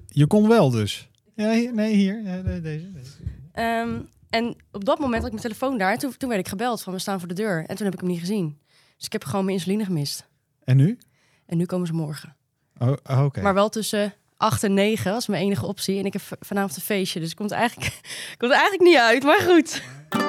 je kon wel dus. Ja, hier. Ja, deze. En op dat moment had ik mijn telefoon daar. En toen werd ik gebeld van we staan voor de deur. En toen heb ik hem niet gezien. Dus ik heb gewoon mijn insuline gemist. En nu? En nu komen ze morgen. Oh, oké. Maar wel tussen 8 en 9 was mijn enige optie. En ik heb vanavond een feestje. Dus het komt eigenlijk niet uit. Maar goed.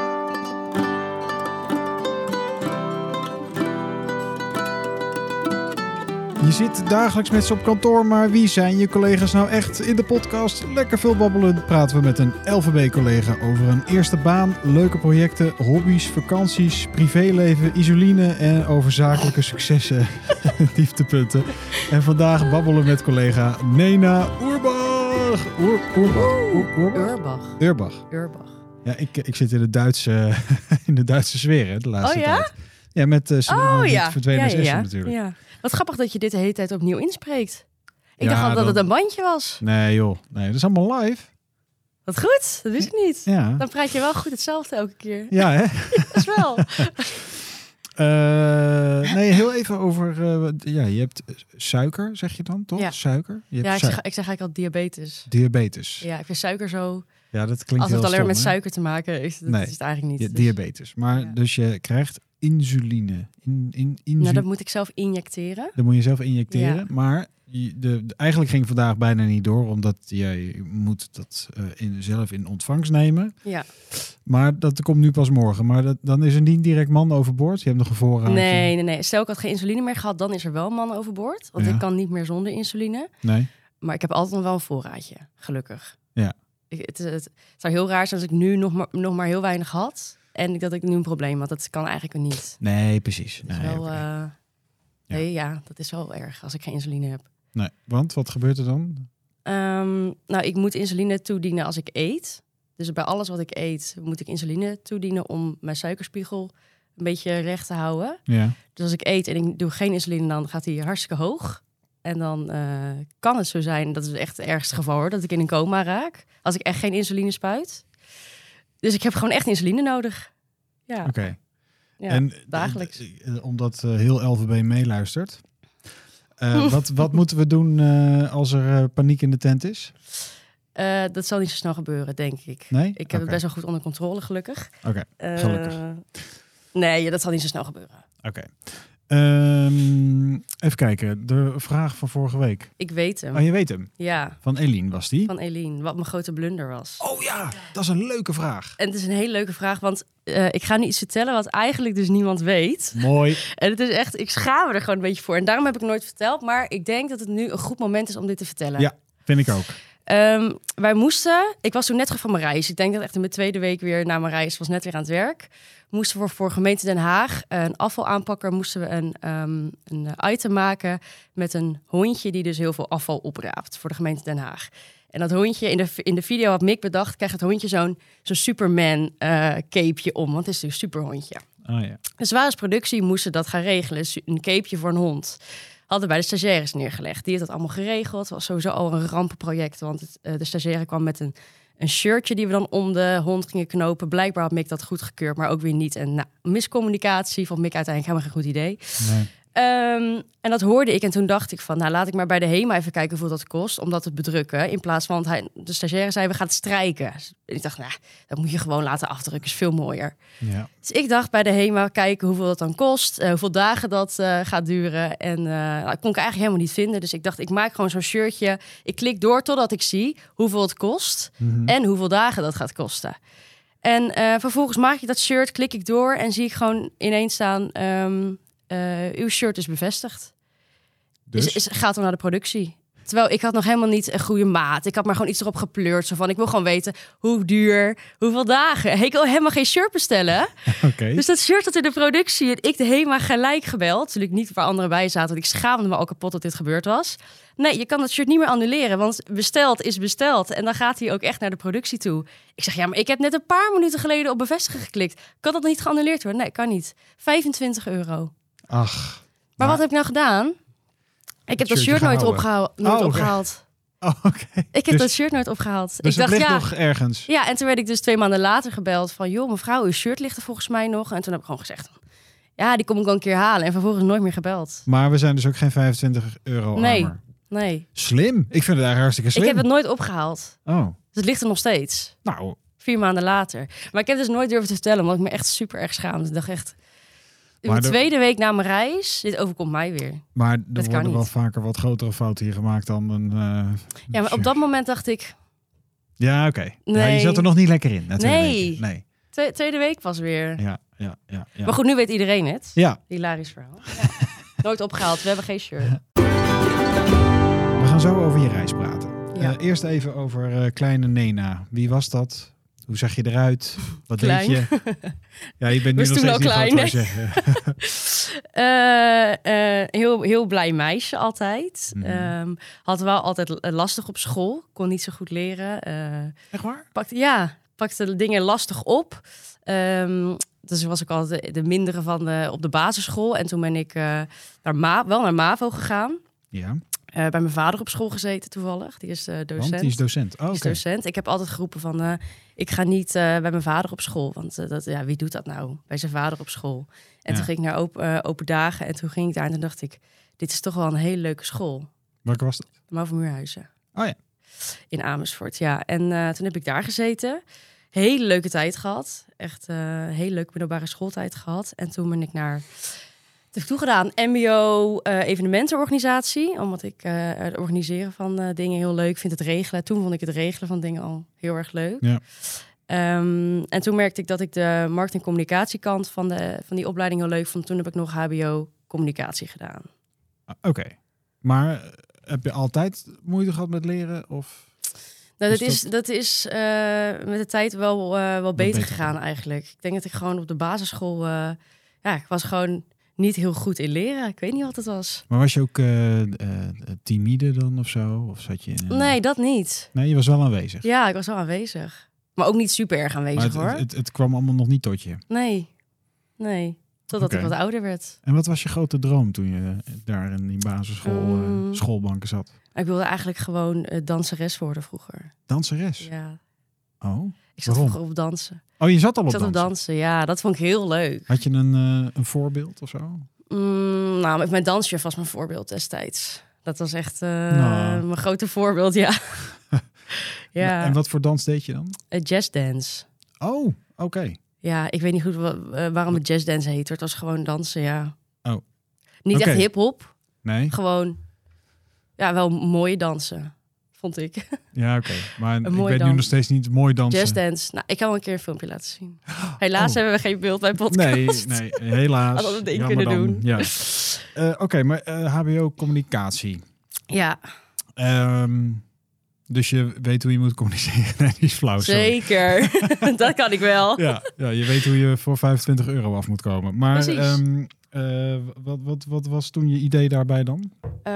Je zit dagelijks met ze op kantoor, maar wie zijn je collega's nou echt? In de podcast Lekker Veel Babbelen praten we met een LVB-collega over een eerste baan, leuke projecten, hobby's, vakanties, privéleven, isoline en over zakelijke successen, dieptepunten. En vandaag babbelen met collega Nena Urbach. Urbach. Ja, ik zit in de Duitse sfeer hè, de laatste tijd. Ja, met verdwenen sessie natuurlijk. Ja. Wat grappig dat je dit de hele tijd opnieuw inspreekt. Ik dacht al dat het een bandje was. Nee joh, dat is allemaal live. Wat goed, dat wist ik niet. Ja. Dan praat je wel goed hetzelfde elke keer. Ja, hè? Dat is wel. Heel even over... je hebt suiker, zeg je dan, toch? Ja. Suiker? Ik zeg eigenlijk al diabetes. Diabetes. Ja, ik vind suiker zo... Ja, dat klinkt als het heel alleen maar met stom, suiker te maken heeft, dat is het eigenlijk niet. Diabetes. Maar dus je krijgt insuline. Nou, dat moet ik zelf injecteren. Dat moet je zelf injecteren. Ja. Maar eigenlijk ging vandaag bijna niet door, omdat jij moet dat zelf in ontvangst nemen. Ja. Maar dat komt nu pas morgen. Maar dan is er niet direct man overboord. Je hebt nog een voorraadje. Nee. Stel ik had geen insuline meer gehad, dan is er wel man overboord. Want ik kan niet meer zonder insuline. Nee. Maar ik heb altijd nog wel een voorraadje, gelukkig. Ja. Het zou heel raar zijn als ik nu nog maar heel weinig had. En dat ik nu een probleem had. Dat kan eigenlijk niet. Nee, precies. Dat is wel erg als ik geen insuline heb. Nee, want wat gebeurt er dan? Ik moet insuline toedienen als ik eet. Dus bij alles wat ik eet moet ik insuline toedienen om mijn suikerspiegel een beetje recht te houden. Ja. Dus als ik eet en ik doe geen insuline, dan gaat die hartstikke hoog. En dan kan het zo zijn, dat is echt het ergste geval hoor, dat ik in een coma raak. Als ik echt geen insuline spuit. Dus ik heb gewoon echt insuline nodig. Ja. Oké. Ja, en dagelijks. Omdat heel LVB meeluistert. Wat moeten we doen als er paniek in de tent is? Dat zal niet zo snel gebeuren, denk ik. Nee? Ik heb het best wel goed onder controle, gelukkig. Oké, gelukkig. Nee, dat zal niet zo snel gebeuren. Oké. Even kijken, de vraag van vorige week. Ik weet hem. Oh, je weet hem? Ja. Van Eline was die? Van Eline, wat mijn grote blunder was. Oh ja, dat is een leuke vraag. En het is een hele leuke vraag, want ik ga nu iets vertellen wat eigenlijk dus niemand weet. Mooi. En het is echt, ik schaam me er gewoon een beetje voor. En daarom heb ik het nooit verteld, maar ik denk dat het nu een goed moment is om dit te vertellen. Ja, vind ik ook. Ik was toen net terug van mijn reis. Ik denk dat echt in mijn tweede week weer na mijn reis was net weer aan het werk. Moesten we voor gemeente Den Haag een afvalaanpakker moesten we een item maken met een hondje die dus heel veel afval opraapt voor de gemeente Den Haag. En dat hondje, in de video had Mick bedacht, krijgt het hondje zo'n Superman capeje om, want het is een superhondje. Oh ja. Dus we als productie moesten dat gaan regelen, een capeje voor een hond. Hadden bij de stagiaires neergelegd. Die heeft dat allemaal geregeld. Het was sowieso al een rampenproject, want de stagiaire kwam met een shirtje die we dan om de hond gingen knopen. Blijkbaar had Mick dat goedgekeurd, maar ook weer niet. En miscommunicatie vond Mick uiteindelijk helemaal geen goed idee. Nee. En dat hoorde ik en toen dacht ik van, laat ik maar bij de HEMA even kijken hoeveel dat kost om dat te bedrukken. In plaats van, de stagiaire zei, we gaan het strijken. Dus ik dacht, dat moet je gewoon laten afdrukken, is veel mooier. Ja. Dus ik dacht bij de HEMA kijken hoeveel dat dan kost, hoeveel dagen dat gaat duren. En dat kon ik eigenlijk helemaal niet vinden. Dus ik dacht, ik maak gewoon zo'n shirtje. Ik klik door totdat ik zie hoeveel het kost en hoeveel dagen dat gaat kosten. En vervolgens maak ik dat shirt, klik ik door en zie ik gewoon ineens staan, uw shirt is bevestigd. Dus gaat dan naar de productie. Terwijl ik had nog helemaal niet een goede maat. Ik had maar gewoon iets erop gepleurd. Zo van, ik wil gewoon weten hoe duur, hoeveel dagen. Ik wil helemaal geen shirt bestellen. Okay. Dus dat shirt zat in de productie. En ik de HEMA gelijk gebeld. Natuurlijk niet waar anderen bij zaten. Want ik schaamde me al kapot dat dit gebeurd was. Nee, je kan dat shirt niet meer annuleren. Want besteld is besteld. En dan gaat hij ook echt naar de productie toe. Ik zeg, maar ik heb net een paar minuten geleden op bevestigen geklikt. Kan dat niet geannuleerd worden? Nee, kan niet. €25. Ach. Maar wat heb ik nou gedaan? Ik heb dat shirt nooit opgehaald. Oh, okay. Ik heb dat shirt nooit opgehaald. Dus ik dacht, het ligt nog ergens. Ja, en toen werd ik dus 2 maanden later gebeld van, joh, mevrouw, uw shirt ligt er volgens mij nog. En toen heb ik gewoon gezegd, ja, die kom ik wel een keer halen. En vervolgens nooit meer gebeld. Maar we zijn dus ook geen €25 nee. armer. Nee. Slim. Ik vind het eigenlijk hartstikke slim. Ik heb het nooit opgehaald. Oh. Dus het ligt er nog steeds. Nou. 4 maanden later. Maar ik heb dus nooit durven te vertellen, omdat ik me echt super erg schaamde. Ik dacht echt, de tweede week na mijn reis, dit overkomt mij weer. Maar er worden wel vaker wat grotere fouten hier gemaakt dan een... ja, maar op dat moment dacht ik... Ja, oké. Nee. Ja, je zat er nog niet lekker in. Nee. Tweede week pas weer. Ja. Maar goed, nu weet iedereen het. Ja. Hilarisch verhaal. Ja. Nooit opgehaald. We hebben geen shirt. We gaan zo over je reis praten. Ja. Eerst even over kleine Nena. Wie was dat? Hoe zag je eruit? Wat klein. deed je? Ja, je bent nu nog steeds niet klein, groot, zeggen. Heel blij meisje altijd. Had wel altijd lastig op school. Kon niet zo goed leren. Echt waar? Pakte dingen lastig op. Dus was ik altijd de mindere op de basisschool. En toen ben ik naar MAVO gegaan. Ja. Bij mijn vader op school gezeten toevallig. Die is docent. Want die is docent. Oh, die is docent. Ik heb altijd geroepen van... ik ga niet bij mijn vader op school. Want wie doet dat nou? Bij zijn vader op school. En toen ging ik naar open dagen. En toen ging ik daar en toen dacht ik... Dit is toch wel een hele leuke school. Welke was dat? De MAVO Muurhuizen. Oh ja. In Amersfoort, ja. En toen heb ik daar gezeten. Hele leuke tijd gehad. Echt hele leuke middelbare schooltijd gehad. En toen ben ik naar... Wat heb ik toegedaan? MBO evenementenorganisatie. Omdat ik het organiseren van dingen heel leuk vind. Het regelen. Toen vond ik het regelen van dingen al heel erg leuk. Ja. En toen merkte ik dat ik de markt- en communicatiekant van die opleiding heel leuk vond. Toen heb ik nog HBO communicatie gedaan. Oké. Maar heb je altijd moeite gehad met leren? Of... Nou, dat is met de tijd wel beter gegaan eigenlijk. Ik denk dat ik gewoon op de basisschool... ik was gewoon... niet heel goed in leren. Ik weet niet wat het was. Maar was je ook timide dan of zo? Of zat je in een... Nee, dat niet. Nee, je was wel aanwezig. Ja, ik was wel aanwezig. Maar ook niet super erg aanwezig, maar hoor. Het kwam allemaal nog niet tot je? Nee. Totdat ik wat ouder werd. En wat was je grote droom toen je daar in die basisschool schoolbanken zat? Ik wilde eigenlijk gewoon danseres worden vroeger. Danseres? Ja. Oh, ik zat vroeger op dansen. Oh, je zat al op dansen? Ik zat op dansen, ja. Dat vond ik heel leuk. Had je een voorbeeld of zo? Nou, mijn dansjuf was mijn voorbeeld destijds. Dat was echt mijn grote voorbeeld, ja. Ja. En wat voor dans deed je dan? Jazzdance. Oh, oké. Ja, ik weet niet goed waarom het jazzdance heet. Het was gewoon dansen, ja. Oh. Niet echt hip-hop. Nee. Gewoon, wel mooie dansen, vond ik. Ja, oké. Maar ik weet dans. nu nog steeds niet mooi dansen. Jazzdance. Nou, ik kan wel een keer een filmpje laten zien. Helaas hebben we geen beeld bij podcast. Nee, helaas. Hadden we het ding kunnen doen. Ja. Oké, maar HBO communicatie. Ja. Dus je weet hoe je moet communiceren. Nee, die is flauw. Zeker. Dat kan ik wel. Ja, je weet hoe je voor €25 af moet komen. Maar wat was toen je idee daarbij dan?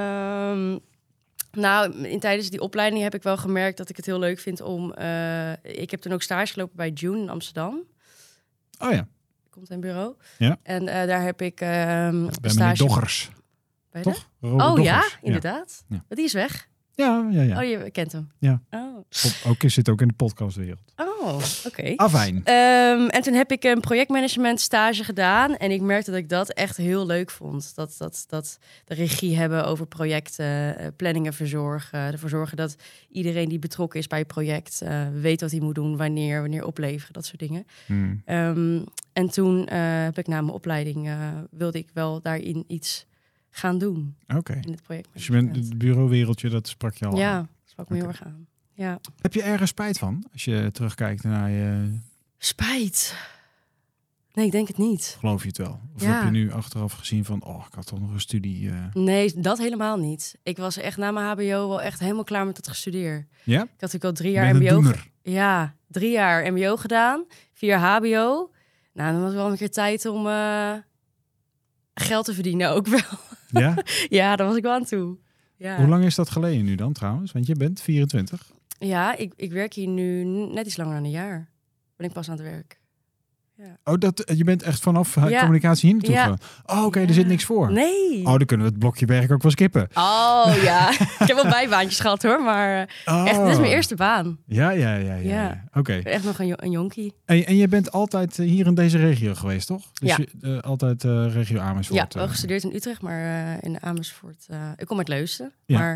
Tijdens die opleiding heb ik wel gemerkt dat ik het heel leuk vind om... ik heb toen ook stage gelopen bij June in Amsterdam. Oh ja. Komt een bureau. Ja. En daar heb ik bij meneer Doggers. Toch? Doggers. Ja, inderdaad. Ja. Maar die is weg. Ja. Oh, je kent hem? Ja. Oh. Zit ook in de podcastwereld. Oh, oké. Afijn. En toen heb ik een projectmanagement stage gedaan. En ik merkte dat ik dat echt heel leuk vond. Dat de regie hebben over projecten, planningen verzorgen. Ervoor zorgen dat iedereen die betrokken is bij het project weet wat hij moet doen, wanneer opleveren, dat soort dingen. En toen heb ik na mijn opleiding, wilde ik wel daarin iets gaan doen. Oké. In het project. Dus je bent het bureauwereldje, dat sprak je al aan. Ja, sprak me heel erg aan. Ja. Heb je ergens spijt van als je terugkijkt naar je... Spijt? Nee, ik denk het niet. Geloof je het wel? Of heb je nu achteraf gezien van, ik had toch nog een studie... Nee, dat helemaal niet. Ik was echt na mijn HBO wel echt helemaal klaar met het gestudeer. Ja? Ik had natuurlijk al 3 jaar MBO. Ja, 3 jaar MBO gedaan, 4 HBO. Nou, dan was het wel een keer tijd om geld te verdienen ook wel. Ja? Ja, daar was ik wel aan toe. Ja. Hoe lang is dat geleden nu dan trouwens? Want je bent 24. Ja, ik werk hier nu net iets langer dan een jaar. Ben ik pas aan het werk. Ja. Oh, je bent echt vanaf communicatie hier naartoe gegaan? Oh, oké, er zit niks voor. Nee. Oh, dan kunnen we het blokje werk ook wel skippen. Oh, ja. Ik heb wel bijbaantjes gehad, hoor. Maar echt, dit is mijn eerste baan. Ja. Oké. Echt nog een jonkie. En je bent altijd hier in deze regio geweest, toch? Dus altijd regio Amersfoort. Ja, wel gestudeerd in Utrecht, maar in Amersfoort. Ik kom uit Leusden, Ja. maar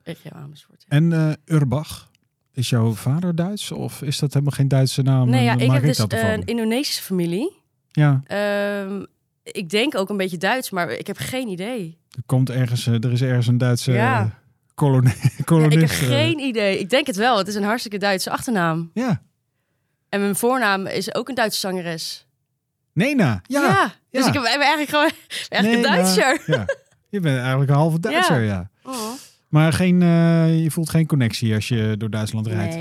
Regio Amersfoort. En Urbach, is jouw vader Duits of is dat helemaal geen Duitse naam? Nee, ja, ik heb dus dat een Indonesische familie. Ja. Ik denk ook een beetje Duits, maar ik heb geen idee. Er is ergens een Duitse kolonist. Ik heb geen idee. Ik denk het wel. Het is een hartstikke Duitse achternaam. Ja. En mijn voornaam is ook een Duitse zangeres. Nena. Ja. Dus ik ben eigenlijk gewoon een Duitser. Ja. Je bent eigenlijk een halve Duitser, ja. Oh. Maar je voelt geen connectie als je door Duitsland rijdt?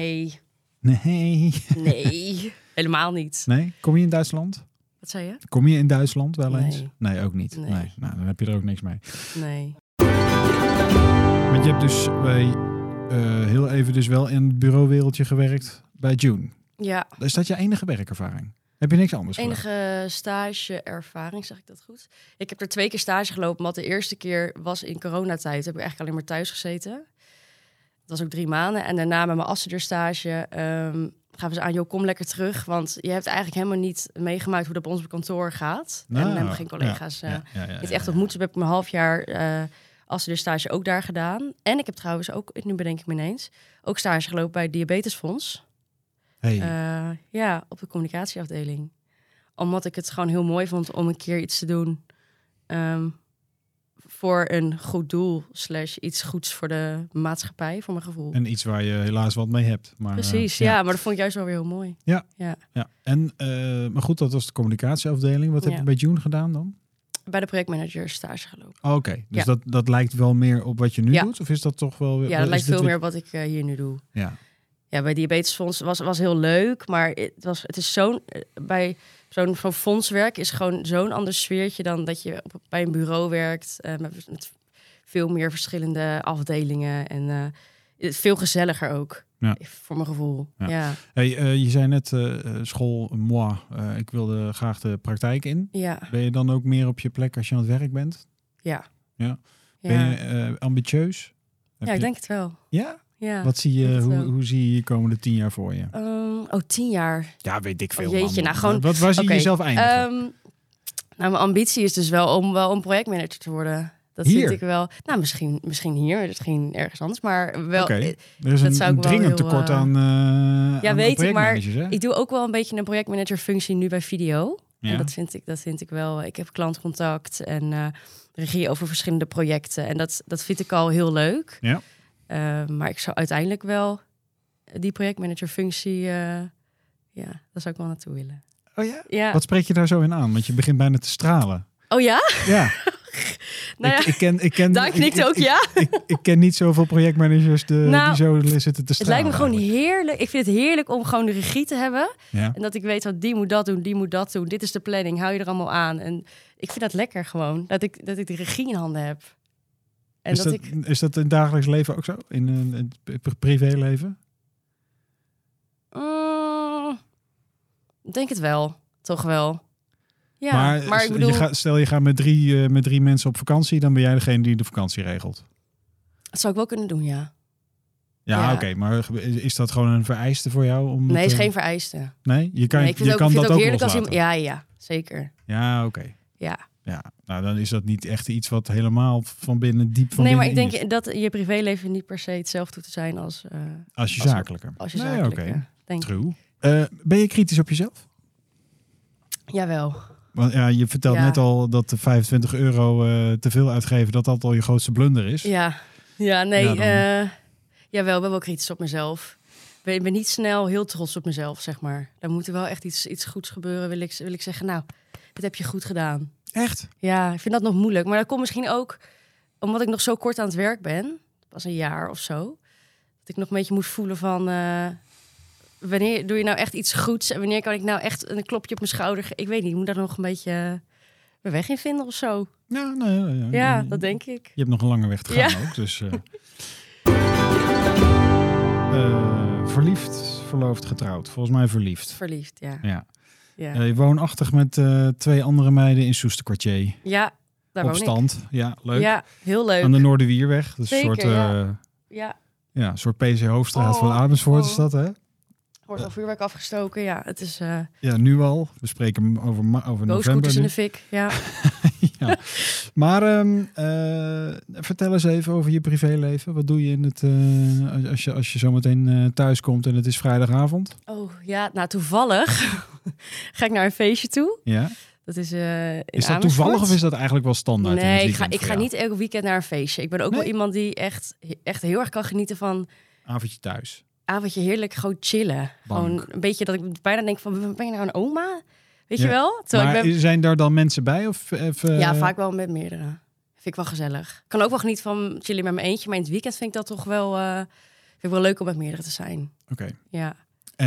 Nee, helemaal niet. Nee? Kom je in Duitsland? Wat zei je? Kom je in Duitsland wel eens? Nee. Nee, ook niet. Nee. Nou, dan heb je er ook niks mee. Nee. Want je hebt dus heel even dus wel in het bureauwereldje gewerkt bij June. Ja. Is dat je enige werkervaring? Heb je niks anders gedaan? Enige stageervaring, zeg ik dat goed? Ik heb er 2 keer stage gelopen, want de eerste keer was in coronatijd. Heb ik eigenlijk alleen maar thuis gezeten. Dat was ook 3 maanden. En daarna met mijn afstudeerstage gaven ze aan, joh, kom lekker terug. Want je hebt eigenlijk helemaal niet meegemaakt hoe dat bij ons op kantoor gaat. En hebben geen collega's niet echt ontmoet. Dus heb ik mijn half jaar afstudeerstage ook daar gedaan. En ik heb trouwens ook, nu bedenk ik me ineens, ook stage gelopen bij het Diabetesfonds. Hey. Op de communicatieafdeling. Omdat ik het gewoon heel mooi vond om een keer iets te doen voor een goed doel / iets goeds voor de maatschappij, voor mijn gevoel. En iets waar je helaas wat mee hebt. Maar, precies, maar dat vond ik juist wel weer heel mooi. Ja. En, maar goed, dat was de communicatieafdeling. Wat heb je bij June gedaan dan? Bij de projectmanager stage gelopen. Oh, oké. Dus dat lijkt wel meer op wat je nu doet? Of is dat toch wel... Ja, dat lijkt veel meer op wat ik hier nu doe. Ja, bij Diabetesfonds was heel leuk, maar het is bij zo'n fondswerk is gewoon zo'n ander sfeertje dan dat je bij een bureau werkt met veel meer verschillende afdelingen en veel gezelliger ook, voor mijn gevoel. Ja. Hey, je zei net school, moi, ik wilde graag de praktijk in. Ja. Ben je dan ook meer op je plek als je aan het werk bent? Ja. Ben je ambitieus? Ik denk het wel. Ja? Ja, wat zie je, hoe zie je de komende 10 jaar voor je? 10 jaar. Ja, weet ik veel. Jeetje, nou gewoon. Waar zie je jezelf eindigen? Mijn ambitie is dus wel om projectmanager te worden. Dat hier? Vind ik wel. Nou, misschien hier, misschien ergens anders, maar wel. Er is een dringend tekort aan weet ik, maar hè? ik doe ook wel een beetje een projectmanagerfunctie nu bij Video. Ja. En dat vind ik wel. Ik heb klantcontact en regie over verschillende projecten en dat vind ik al heel leuk. Ja. Maar ik zou uiteindelijk wel die projectmanagerfunctie, daar zou ik wel naartoe willen. Oh ja? Ja. Wat spreek je daar zo in aan? Want je begint bijna te stralen. Oh ja? Ja. Ik ken Daar knikt ook ja. Ik ken niet zoveel projectmanagers die zo zitten te stralen. Het lijkt me gewoon heerlijk. Ik vind het heerlijk om gewoon de regie te hebben. Ja. En dat ik weet, wat die moet dat doen, die moet dat doen. Dit is de planning, hou je er allemaal aan. En ik vind dat lekker gewoon, dat ik de regie in handen heb. En is dat in het dagelijks leven ook zo? In het privéleven? Denk het wel. Toch wel. Ja, maar ik bedoel... Stel je gaat met drie mensen op vakantie, dan ben jij degene die de vakantie regelt. Dat zou ik wel kunnen doen, ja. Ja. Oké, maar is dat gewoon een vereiste voor jou? Nee, het is geen vereiste. Nee? Ik vind het ook heerlijk als Ja, zeker. Ja, oké. Ja. Ja, nou dan is dat niet echt iets wat helemaal van binnen diep van Nee, maar binnen ik denk dat je privéleven niet per se hetzelfde hoeft te zijn als je zakelijke. Als je zakelijke. True. Ben je kritisch op jezelf? Jawel. Want je vertelt net al dat de €25 te veel uitgeven, dat al je grootste blunder is. Ja, nee. Jawel, ik ben wel kritisch op mezelf. Ik ben niet snel heel trots op mezelf, zeg maar. Dan moet er wel echt iets goeds gebeuren, wil ik zeggen. Nou, dit heb je goed gedaan. Echt? Ja, ik vind dat nog moeilijk. Maar dat komt misschien ook omdat ik nog zo kort aan het werk ben. Pas een jaar of zo. Dat ik nog een beetje moet voelen van... wanneer doe je nou echt iets goeds? En wanneer kan ik nou echt een klopje op mijn schouder... Ik weet niet, ik moet daar nog een beetje mijn weg in vinden of zo. Ja, dat denk ik. Je hebt nog een lange weg te gaan ook. Dus, verliefd, verloofd, getrouwd. Volgens mij verliefd. Verliefd, ja. Je woonachtig met 2 andere meiden in Soesterkwartier. Ja, daar op stand. Woon ik. Ja, leuk. Ja, heel leuk. Aan de Noorderwierweg. Dus zeker, een soort PC Hoofdstraat van Amersfoort is dat, hè? Wordt al vuurwerk afgestoken, ja. Het is... Ja, nu al. We spreken over november. Booscooters in de fik, ja. Maar vertel eens even over je privéleven. Wat doe je in het als je zometeen thuis komt en het is vrijdagavond? Oh ja, nou toevallig ga ik naar een feestje toe. Ja. Dat is Is dat toevallig of is dat eigenlijk wel standaard? Nee, ik ga niet elke weekend naar een feestje. Ik ben ook wel iemand die echt heel erg kan genieten van... Avondje thuis. Avondje heerlijk, gewoon chillen. Bank. Gewoon een beetje dat ik bijna denk van, ben je nou een oma? Weet je wel? Maar zijn daar dan mensen bij? Ja, vaak wel met meerdere. Vind ik wel gezellig. Ik kan ook wel genieten van chillen met mijn eentje. Maar in het weekend vind ik dat toch wel, vind ik wel leuk om met meerdere te zijn. Oké. Ja.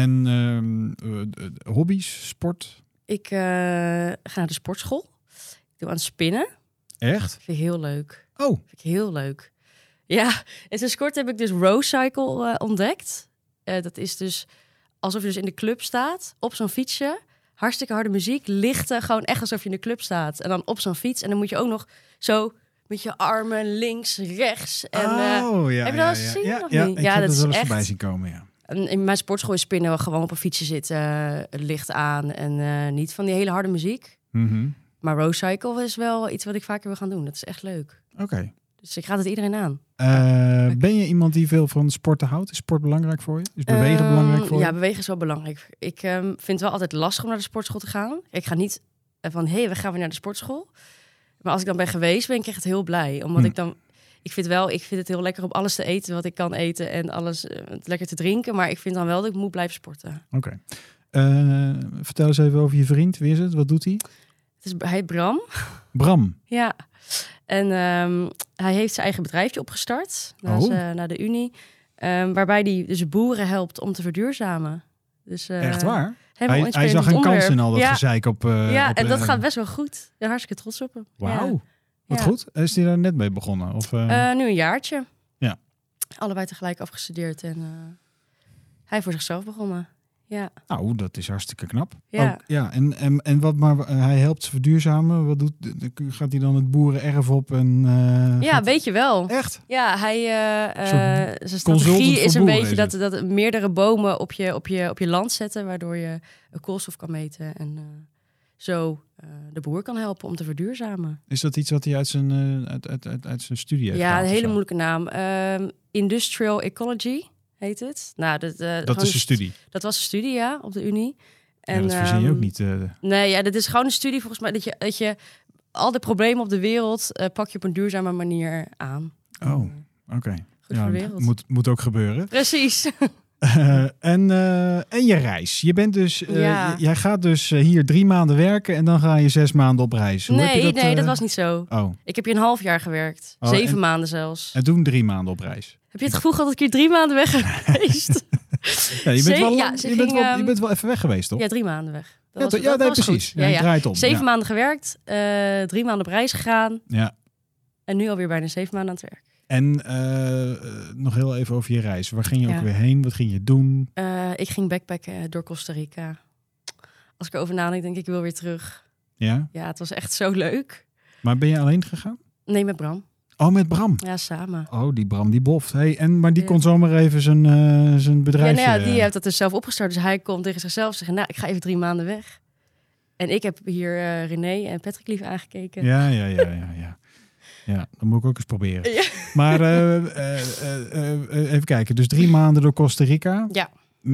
En hobby's, sport? Ik ga naar de sportschool. Ik doe aan spinnen. Echt? Vind ik heel leuk. Oh. Vind ik heel leuk. Ja, en sinds kort heb ik dus Rowcycle ontdekt. Dat is dus alsof je dus in de club staat, op zo'n fietsje. Hartstikke harde muziek, lichten, gewoon echt alsof je in de club staat. En dan op zo'n fiets. En dan moet je ook nog zo met je armen links, rechts. En, ja. heb je dat al gezien? Ja, niet? ik heb dat het is wel eens echt... voorbij zien komen, ja. En in mijn sportschool is spinnen wel gewoon op een fietsje zitten, het licht aan en niet van die hele harde muziek. Mm-hmm. Maar Rowcycle is wel iets wat ik vaker wil gaan doen. Dat is echt leuk. Oké. Dus ik raad het iedereen aan. Ben je iemand die veel van sporten houdt? Is sport belangrijk voor je? Is bewegen belangrijk voor je? Ja, bewegen is wel belangrijk. Ik vind het wel altijd lastig om naar de sportschool te gaan. Ik ga niet van, we gaan weer naar de sportschool. Maar als ik dan ben geweest, ben ik echt heel blij. Omdat ik vind het heel lekker om alles te eten wat ik kan eten. En alles lekker te drinken. Maar ik vind dan wel dat ik moet blijven sporten. Oké. Vertel eens even over je vriend. Wie is het? Wat doet hij? Hij heet Bram. Bram? Ja. En hij heeft zijn eigen bedrijfje opgestart naar de Unie. Waarbij hij dus boeren helpt om te verduurzamen. Dus, echt waar? Hij zag een kans in al dat gezeik op... en dat gaat best wel goed. Ja, hartstikke trots op hem. Wauw. Wat goed. Is hij daar net mee begonnen? Of, nu een jaartje. Ja. Allebei tegelijk afgestudeerd. En hij voor zichzelf begonnen. Ja. Nou, dat is hartstikke knap. Ja. Ook, ja. En wat maar hij helpt ze verduurzamen. Wat gaat hij dan het boerenerf op? Ja, weet je wel. Echt? Ja, zijn strategie is een beetje dat meerdere bomen op je zijn zetten, waardoor je koolstof kan meten en zo de boer kan helpen om te verduurzamen. Is dat iets wat hij uit zijn studie heeft? Ja, een hele moeilijke naam. Industrial Ecology heet het. Nou, dat is een studie. Dat was een studie, ja, op de Unie. En, dat verzin je ook niet. Nee, ja, dat is gewoon een studie volgens mij dat je al de problemen op de wereld pak je op een duurzame manier aan. Oh, oké. Goed voor de wereld. Moet ook gebeuren. Precies. En je reis. Je bent dus, jij gaat dus hier 3 maanden werken en dan ga je 6 maanden op reis. Nee, dat was niet zo. Oh. Ik heb hier een half jaar gewerkt. 7 maanden zelfs. En toen 3 maanden op reis. Heb je het gevoel dat ik hier 3 maanden weg ben geweest? Ja, je bent wel even weg geweest, toch? Ja, 3 maanden weg. Dat was precies. Goed. Ja. Draait om. 7 maanden gewerkt, 3 maanden op reis gegaan. Ja. En nu alweer bijna 7 maanden aan het werk. En nog heel even over je reis. Waar ging je ook weer heen? Wat ging je doen? Ik ging backpacken door Costa Rica. Als ik erover nadenk, denk ik wil weer terug. Ja? Ja, het was echt zo leuk. Maar ben je alleen gegaan? Nee, met Bram. Oh, met Bram? Ja, samen. Oh, die Bram, die boft. Hey, maar die kon zomaar even zijn bedrijfje... Ja, die heeft dat dus zelf opgestart. Dus hij komt tegen zichzelf zeggen, nou, ik ga even 3 maanden weg. En ik heb hier René en Patrick lief aangekeken. Ja. Ja, dan moet ik ook eens proberen. Ja. Maar even kijken. Dus 3 maanden door Costa Rica. Ja.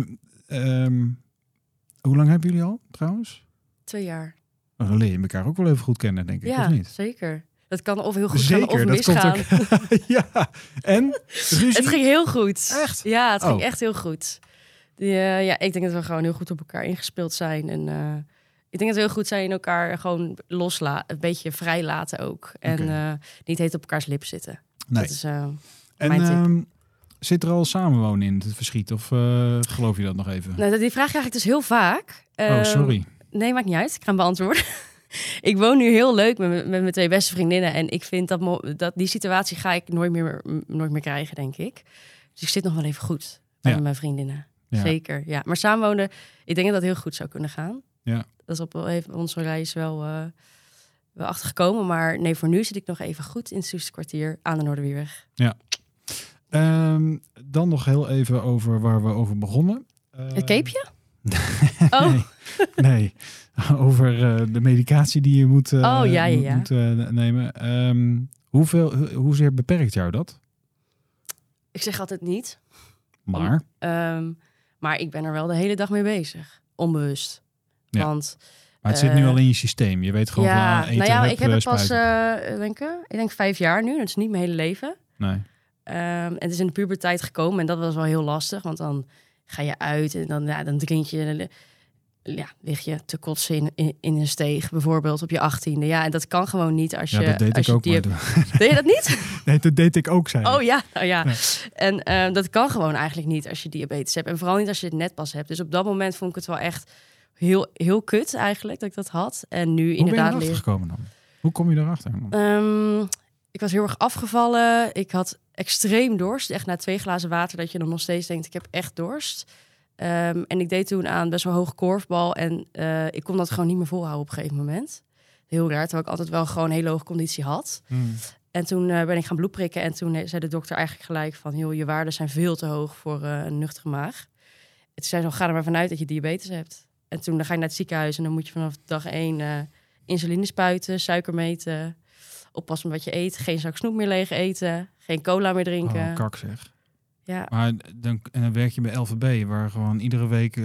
Hoe lang hebben jullie al, trouwens? 2 jaar. Oh, dan leer je elkaar ook wel even goed kennen, denk ik, of niet? Ja, zeker. Dat kan of heel goed gaan of misgaan. Ja, en? Ruzie? Het ging heel goed. Echt? Ja, het ging echt heel goed. Ik denk dat we gewoon heel goed op elkaar ingespeeld zijn. En ik denk dat we heel goed zijn in elkaar gewoon loslaten. Een beetje vrij laten ook. En niet heet op elkaars lip zitten. Nee. Dat is mijn tip. Zit er al samenwonen in het verschiet? Of geloof je dat nog even? Nou, die vraag krijg ik dus heel vaak. Sorry. Nee, maakt niet uit. Ik ga hem beantwoorden. Ik woon nu heel leuk met mijn 2 beste vriendinnen. En ik vind dat die situatie ga ik nooit meer krijgen, denk ik. Dus ik zit nog wel even goed bij mijn vriendinnen. Ja. Zeker, ja. Maar samenwonen, ik denk dat dat heel goed zou kunnen gaan. Ja. Dat is op onze reis wel achtergekomen. Maar nee, voor nu zit ik nog even goed in het Soesterkwartier aan de Noorderwierweg. Ja. Dan nog heel even over waar we over begonnen. Het Keepje? Oh. Nee. Over de medicatie die je moet, moet nemen. Hoezeer beperkt jou dat? Ik zeg altijd niet. Maar? Maar ik ben er wel de hele dag mee bezig. Onbewust. Ja. Want... Maar het zit nu al in je systeem. Je weet gewoon van ik heb het pas, ik denk 5 jaar nu. Dat is niet mijn hele leven. Nee. En het is in de puberteit gekomen en dat was wel heel lastig. Want dan ga je uit en dan drink je... lig je te kotsen in een steeg, bijvoorbeeld op je 18e. Ja, en dat kan gewoon niet als je... Ja, dat deed ik ook. Deed je dat niet? Nee, dat deed ik ook, zei ik. Oh ja, nou ja. En dat kan gewoon eigenlijk niet als je diabetes hebt. En vooral niet als je het net pas hebt. Dus op dat moment vond ik het wel echt heel, heel kut eigenlijk dat ik dat had. En nu inderdaad... Hoe ben je erachter gekomen dan? Hoe kom je erachter? Ik was heel erg afgevallen. Ik had extreem dorst. Echt na 2 glazen water dat je dan nog steeds denkt, ik heb echt dorst. En ik deed toen aan best wel hoog korfbal. En ik kon dat gewoon niet meer volhouden op een gegeven moment. Heel raar, terwijl ik altijd wel gewoon een hele hoge conditie had. En toen ben ik gaan bloedprikken. En toen zei de dokter eigenlijk gelijk van... joh, je waarden zijn veel te hoog voor een nuchtere maag. En toen zei ze, ga er maar vanuit dat je diabetes hebt. En toen dan ga je naar het ziekenhuis... en dan moet je vanaf dag 1 insuline spuiten, suiker meten... oppassen met wat je eet, geen zak snoep meer leeg eten... geen cola meer drinken. Oh, kak zeg. Ja. Maar dan werk je bij LVB, waar gewoon iedere week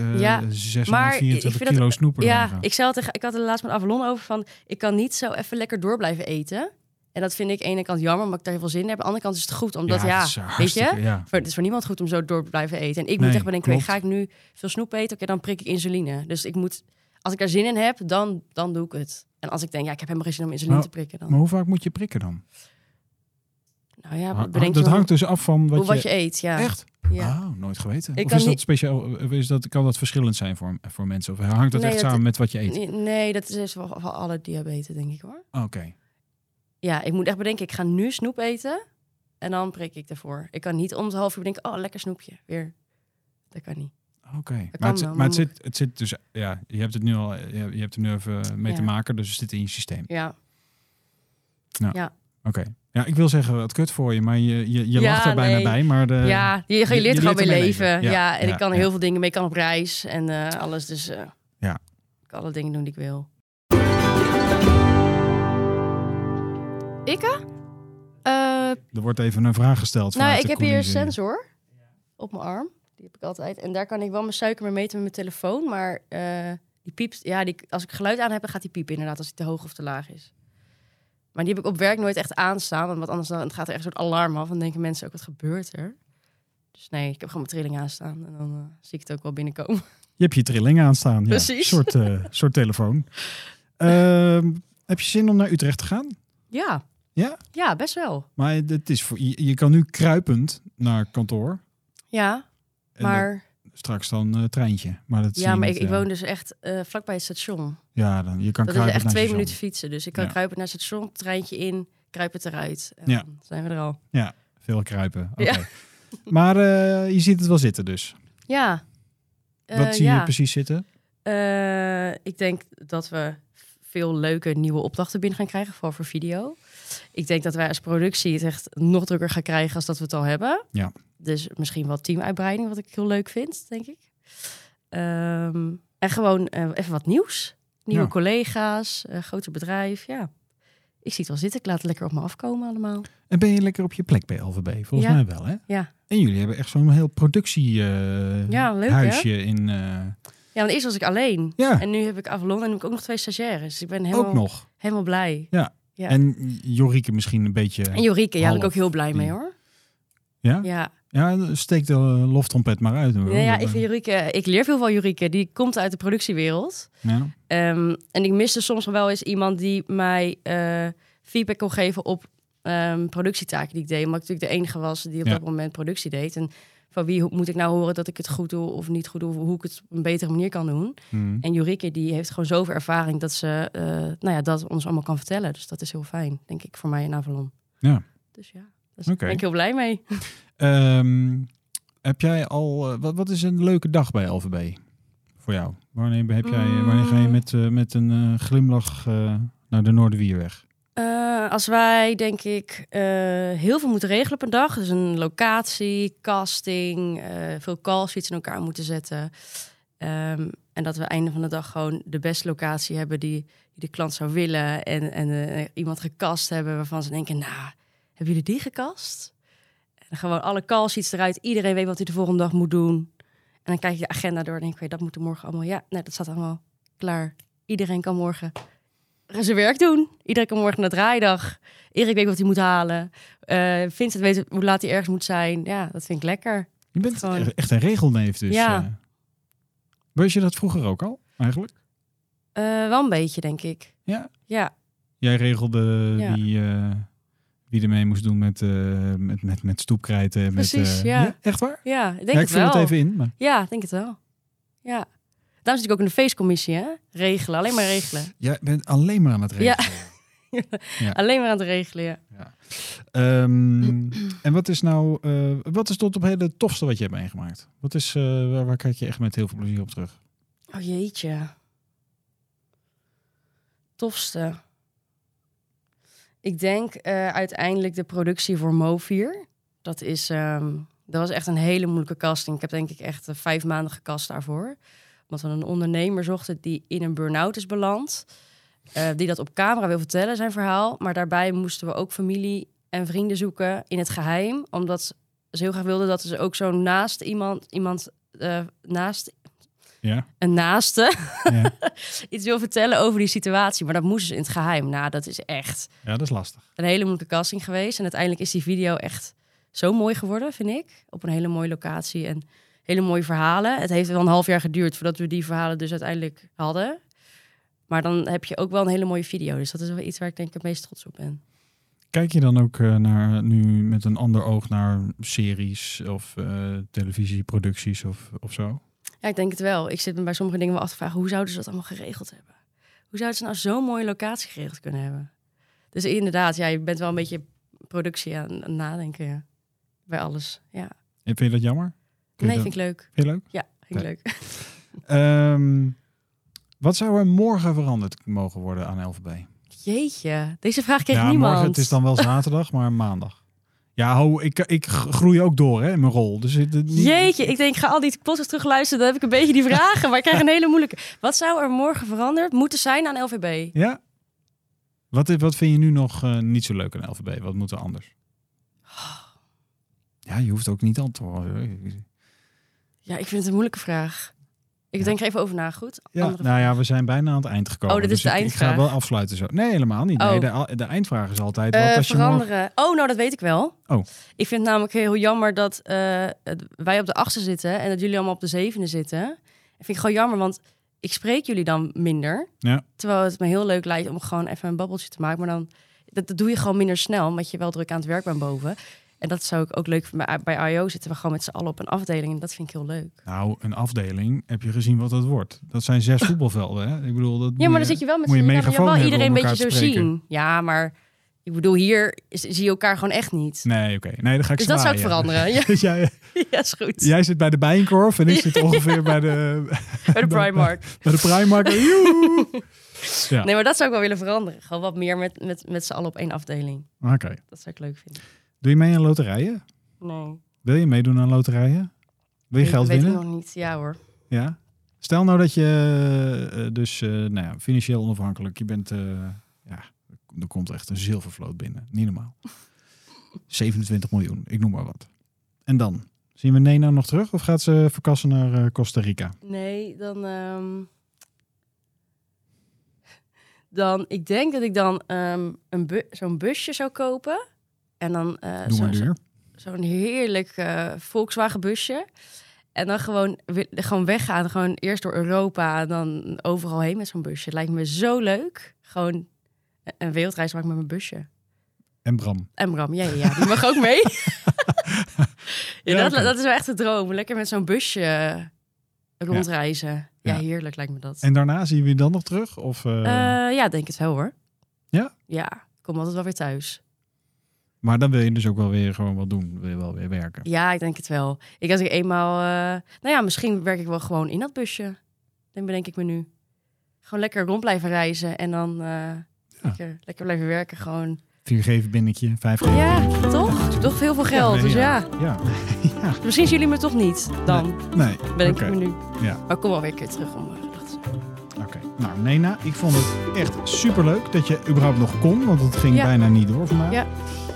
624 kilo snoepen liggen. Ik had er laatst met Avalon over van... ik kan niet zo even lekker door blijven eten. En dat vind ik aan de ene kant jammer, omdat ik daar heel veel zin in heb. Aan de andere kant is het goed, omdat weet je... Het is voor niemand goed om zo door te blijven eten. En ik moet echt bedenken, ga ik nu veel snoep eten? Oké, dan prik ik insuline. Dus ik moet, als ik daar zin in heb, dan doe ik het. En als ik denk, ik heb helemaal geen zin om insuline te prikken. Dan... Maar hoe vaak moet je prikken dan? Nou ja, dat hangt dus af van wat je eet, ja. Echt? Ja. Oh, nooit geweten. Of is dat speciaal? Kan dat verschillend zijn voor mensen? Of hangt dat echt samen met wat je eet? Nee, dat is voor alle diabetes, denk ik hoor. Oké. Ja, ik moet echt bedenken, ik ga nu snoep eten en dan prik ik ervoor. Ik kan niet om het half uur bedenken, lekker snoepje, weer. Dat kan niet. Oké. Maar het zit dus, ja, je hebt het nu al, je hebt er nu even mee te maken, dus het zit in je systeem. Ja. Nou, ja. Oké. Ja, ik wil zeggen, wat kut voor je, maar je lacht er bijna bij. Maar je leert er gewoon mee leven. Ja, en ik kan er heel veel dingen mee. Ik kan op reis en alles. Dus ik kan alle dingen doen die ik wil. Ikke? Er wordt even een vraag gesteld. Nou, ik heb hier een sensor op mijn arm. Die heb ik altijd. En daar kan ik wel mijn suiker mee meten met mijn telefoon. Maar die piept. Ja, als ik geluid aan heb, dan gaat die piepen inderdaad. Als die te hoog of te laag is. Maar die heb ik op werk nooit echt aanstaan. Want anders dan gaat er echt een soort alarm af. En dan denken mensen ook, wat gebeurt er? Dus nee, ik heb gewoon mijn trilling aanstaan. En dan zie ik het ook wel binnenkomen. Je hebt je trilling aanstaan. Ja. Precies. Soort telefoon. Heb je zin om naar Utrecht te gaan? Ja. Ja? Ja, best wel. Maar het is je kan nu kruipend naar kantoor. Ja, maar... Straks dan treintje. Maar dat maar ik woon dus echt vlakbij het station. Ja, dan je kan dat kruipend is echt 2 station. minuten fietsen. Dus ik kan kruipen naar het station, treintje in, kruipen eruit. En dan zijn we er al. Ja, veel kruipen. Okay. Ja. Maar je ziet het wel zitten dus. Ja. Wat zie je precies zitten? Ik denk dat we veel leuke nieuwe opdrachten binnen gaan krijgen, vooral voor video. Ik denk dat wij als productie het echt nog drukker gaan krijgen als dat we het al hebben. Ja. Dus misschien wel teamuitbreiding, wat ik heel leuk vind, denk ik. En gewoon even wat nieuws. Nieuwe collega's, groter bedrijf, ja. Ik zie het wel zitten, ik laat het lekker op me afkomen allemaal. En ben je lekker op je plek bij LVB? Volgens mij wel, hè? Ja. En jullie hebben echt zo'n heel productiehuisje in... Ja, want eerst was ik alleen. Ja. En nu heb ik Avalon en heb ik ook nog 2 stagiaires. Dus ik ben helemaal blij. Ja. En Jorike misschien een beetje. En Jorike, daar ben ik ook heel blij mee hoor. Ja? Ja. Ja, steek de loftrompet maar uit. Hoor. Ja, ik vind Jorike, ik leer veel van Jorike. Die komt uit de productiewereld. Ja. En ik miste soms wel eens iemand die mij feedback kon geven op productietaken die ik deed. Omdat ik natuurlijk de enige was die op dat moment productie deed. En van wie moet ik nou horen dat ik het goed doe of niet goed doe, of hoe ik het op een betere manier kan doen. En Jorike die heeft gewoon zoveel ervaring dat ze dat ons allemaal kan vertellen. Dus dat is heel fijn, denk ik, voor mij in Avalon. Ja. Dus ja, daar ben ik heel blij mee. Heb jij al, wat is een leuke dag bij LVB voor jou? Wanneer ga je met een glimlach naar de Noorderwierweg? Als wij, denk ik, heel veel moeten regelen op een dag. Dus een locatie, casting, veel call sheets in elkaar moeten zetten. En dat we einde van de dag gewoon de beste locatie hebben die de klant zou willen. En iemand gecast hebben waarvan ze denken, nou, hebben jullie die gecast? En gewoon alle call sheets eruit. Iedereen weet wat hij de volgende dag moet doen. En dan kijk je de agenda door en denk je, dat moet er morgen allemaal. Ja, nee, dat staat allemaal klaar. Iedereen kan morgen zijn werk doen. Iedereen kan morgen naar de draaidag. Erik weet wat hij moet halen. Vincent weet hoe laat hij ergens moet zijn. Ja, dat vind ik lekker. Je bent gewoon echt een regelneef dus. Ja. Wist je dat vroeger ook al, eigenlijk? Wel een beetje, denk ik. Ja? Ja. Jij regelde wie er mee moest doen met stoepkrijten. Precies, ja. Echt waar? Ja, ik denk Ik het vul wel. het even in. Maar... Ja, ik denk het wel. Ja. Daarom zit ik ook in de feestcommissie, hè? Regelen, alleen maar regelen. Jij bent alleen maar aan het regelen. Ja. Alleen maar aan het regelen, ja. En wat is tot op heden het tofste wat je hebt meegemaakt? Wat is, waar kijk je echt met heel veel plezier op terug? Oh jeetje. Tofste. Ik denk uiteindelijk de productie voor Mo4. Dat was echt een hele moeilijke casting. Ik heb denk ik echt 5 maanden gecast daarvoor. Omdat we een ondernemer zochten die in een burn-out is beland. Die dat op camera wil vertellen, zijn verhaal. Maar daarbij moesten we ook familie en vrienden zoeken in het geheim. Omdat ze heel graag wilden dat ze ook zo naast een naaste iets wil vertellen over die situatie. Maar dat moesten ze in het geheim. Nou, dat is echt dat is lastig. Een hele moeilijke casting geweest. En uiteindelijk is die video echt zo mooi geworden, vind ik. Op een hele mooie locatie en hele mooie verhalen. Het heeft wel een half jaar geduurd voordat we die verhalen dus uiteindelijk hadden. Maar dan heb je ook wel een hele mooie video. Dus dat is wel iets waar ik denk het meest trots op ben. Kijk je dan ook naar nu met een ander oog naar series of televisieproducties of zo? Ja, ik denk het wel. Ik zit me bij sommige dingen wel af te vragen, hoe zouden ze dat allemaal geregeld hebben? Hoe zouden ze nou zo'n mooie locatie geregeld kunnen hebben? Dus inderdaad, ja, je bent wel een beetje productie aan het nadenken, ja. Bij alles, ja. En vind je dat jammer? Vind ik leuk. Vind je leuk? Ja, vind ik leuk. Wat zou er morgen veranderd mogen worden aan LVB? Jeetje, deze vraag kreeg niemand. Morgen, het is dan wel zaterdag, maar maandag. Ja, ik groei ook door hè, in mijn rol. Dus Jeetje, ik denk, ik ga al die podcasts terugluisteren. Dan heb ik een beetje die vragen, maar ik krijg een hele moeilijke. Wat zou er morgen veranderd moeten zijn aan LVB? Ja? Wat vind je nu nog niet zo leuk aan LVB? Wat moet er anders? Ja, je hoeft ook niet aan te horen. Ja, ik vind het een moeilijke vraag. Ik denk er even over na, goed? Ja, we zijn bijna aan het eind gekomen. Oh, dit is de eindvraag. Ik ga wel afsluiten zo. Nee, helemaal niet. Oh. Nee, de eindvraag is altijd... wat als veranderen. Je Oh, nou, dat weet ik wel. Oh. Ik vind het namelijk heel jammer dat wij op de 8e zitten en dat jullie allemaal op de 7e zitten. Dat vind ik gewoon jammer, want ik spreek jullie dan minder. Ja. Terwijl het me heel leuk lijkt om gewoon even een babbeltje te maken. Maar dan, dat doe je gewoon minder snel, omdat je wel druk aan het werk bent boven. En dat zou ik ook leuk vinden. Bij IO zitten we gewoon met z'n allen op een afdeling. En dat vind ik heel leuk. Nou, een afdeling, heb je gezien wat het wordt? Dat zijn 6 voetbalvelden, hè? Ik bedoel, dat ja, maar dan zit je wel met z'n wel iedereen een beetje zo zien. Ja, maar ik bedoel, hier zie je elkaar gewoon echt niet. Nee, oké. Nee, dan ga ik dus zwaaien. dat zou ik veranderen. Ja. Ja, is goed. Jij zit bij de Bijenkorf en ik zit ongeveer bij de... bij de Primark. Bij de Primark. Ja. Nee, maar dat zou ik wel willen veranderen. Gewoon wat meer met z'n allen op 1 afdeling. Oké. Dat zou ik leuk vinden. Doe je mee aan loterijen? Nee. Wil je meedoen aan loterijen? Wil je geld winnen? Weet ik nog niet. Ja hoor. Ja? Stel nou dat je financieel onafhankelijk, je bent, er komt echt een zilvervloot binnen. Niet normaal. 27 miljoen, ik noem maar wat. En dan? Zien we Nena nog terug of gaat ze verkassen naar Costa Rica? Nee, dan ik denk dat ik dan zo'n busje zou kopen. En dan zo'n heerlijk Volkswagen busje. En dan gewoon weggaan. Gewoon eerst door Europa en dan overal heen met zo'n busje. Het lijkt me zo leuk. Gewoon een wereldreis maken met mijn busje. En Bram, ja. Die mag ook mee. Dat is wel echt de droom. Lekker met zo'n busje rondreizen. Ja, heerlijk lijkt me dat. En daarna zien we je dan nog terug? Of, ja, denk het wel hoor. Ja? Ja, ik kom altijd wel weer thuis. Maar dan wil je dus ook wel weer gewoon wat doen. Wil je wel weer werken? Ja, ik denk het wel. Als ik eenmaal... misschien werk ik wel gewoon in dat busje. Dan bedenk ik me nu. Gewoon lekker rond blijven reizen. En dan lekker blijven werken. Gewoon. 4G-verbindingje, 5G. Ja, toch? Toch heel veel geld, dus ja. Ja. Misschien zien jullie me toch niet dan. Nee. Ben ik Oké. me nu. Ja. Maar ik kom wel weer een keer terug om gedacht te zijn. Oké. Nou, Nena, ik vond het echt superleuk dat je überhaupt nog kon, want het ging bijna niet door vandaag. Ja.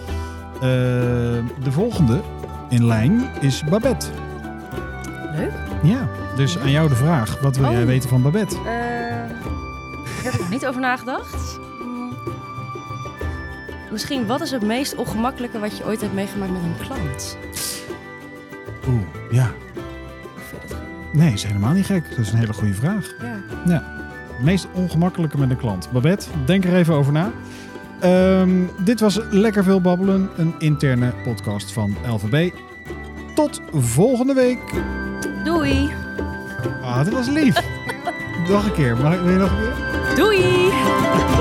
De volgende in lijn is Babette. Leuk. Ja, dus aan jou de vraag. Wat wil jij weten van Babette? Ik heb er nog niet over nagedacht. Misschien, wat is het meest ongemakkelijke wat je ooit hebt meegemaakt met een klant? Oeh, ja. Nee, is helemaal niet gek. Dat is een hele goede vraag. Ja. Het meest ongemakkelijke met een klant. Babette, denk er even over na. Dit was Lekker Veel Babbelen, een interne podcast van LVB. Tot volgende week. Doei. Ah, dat was lief. Nog een keer. Wil je nog een keer? Doei.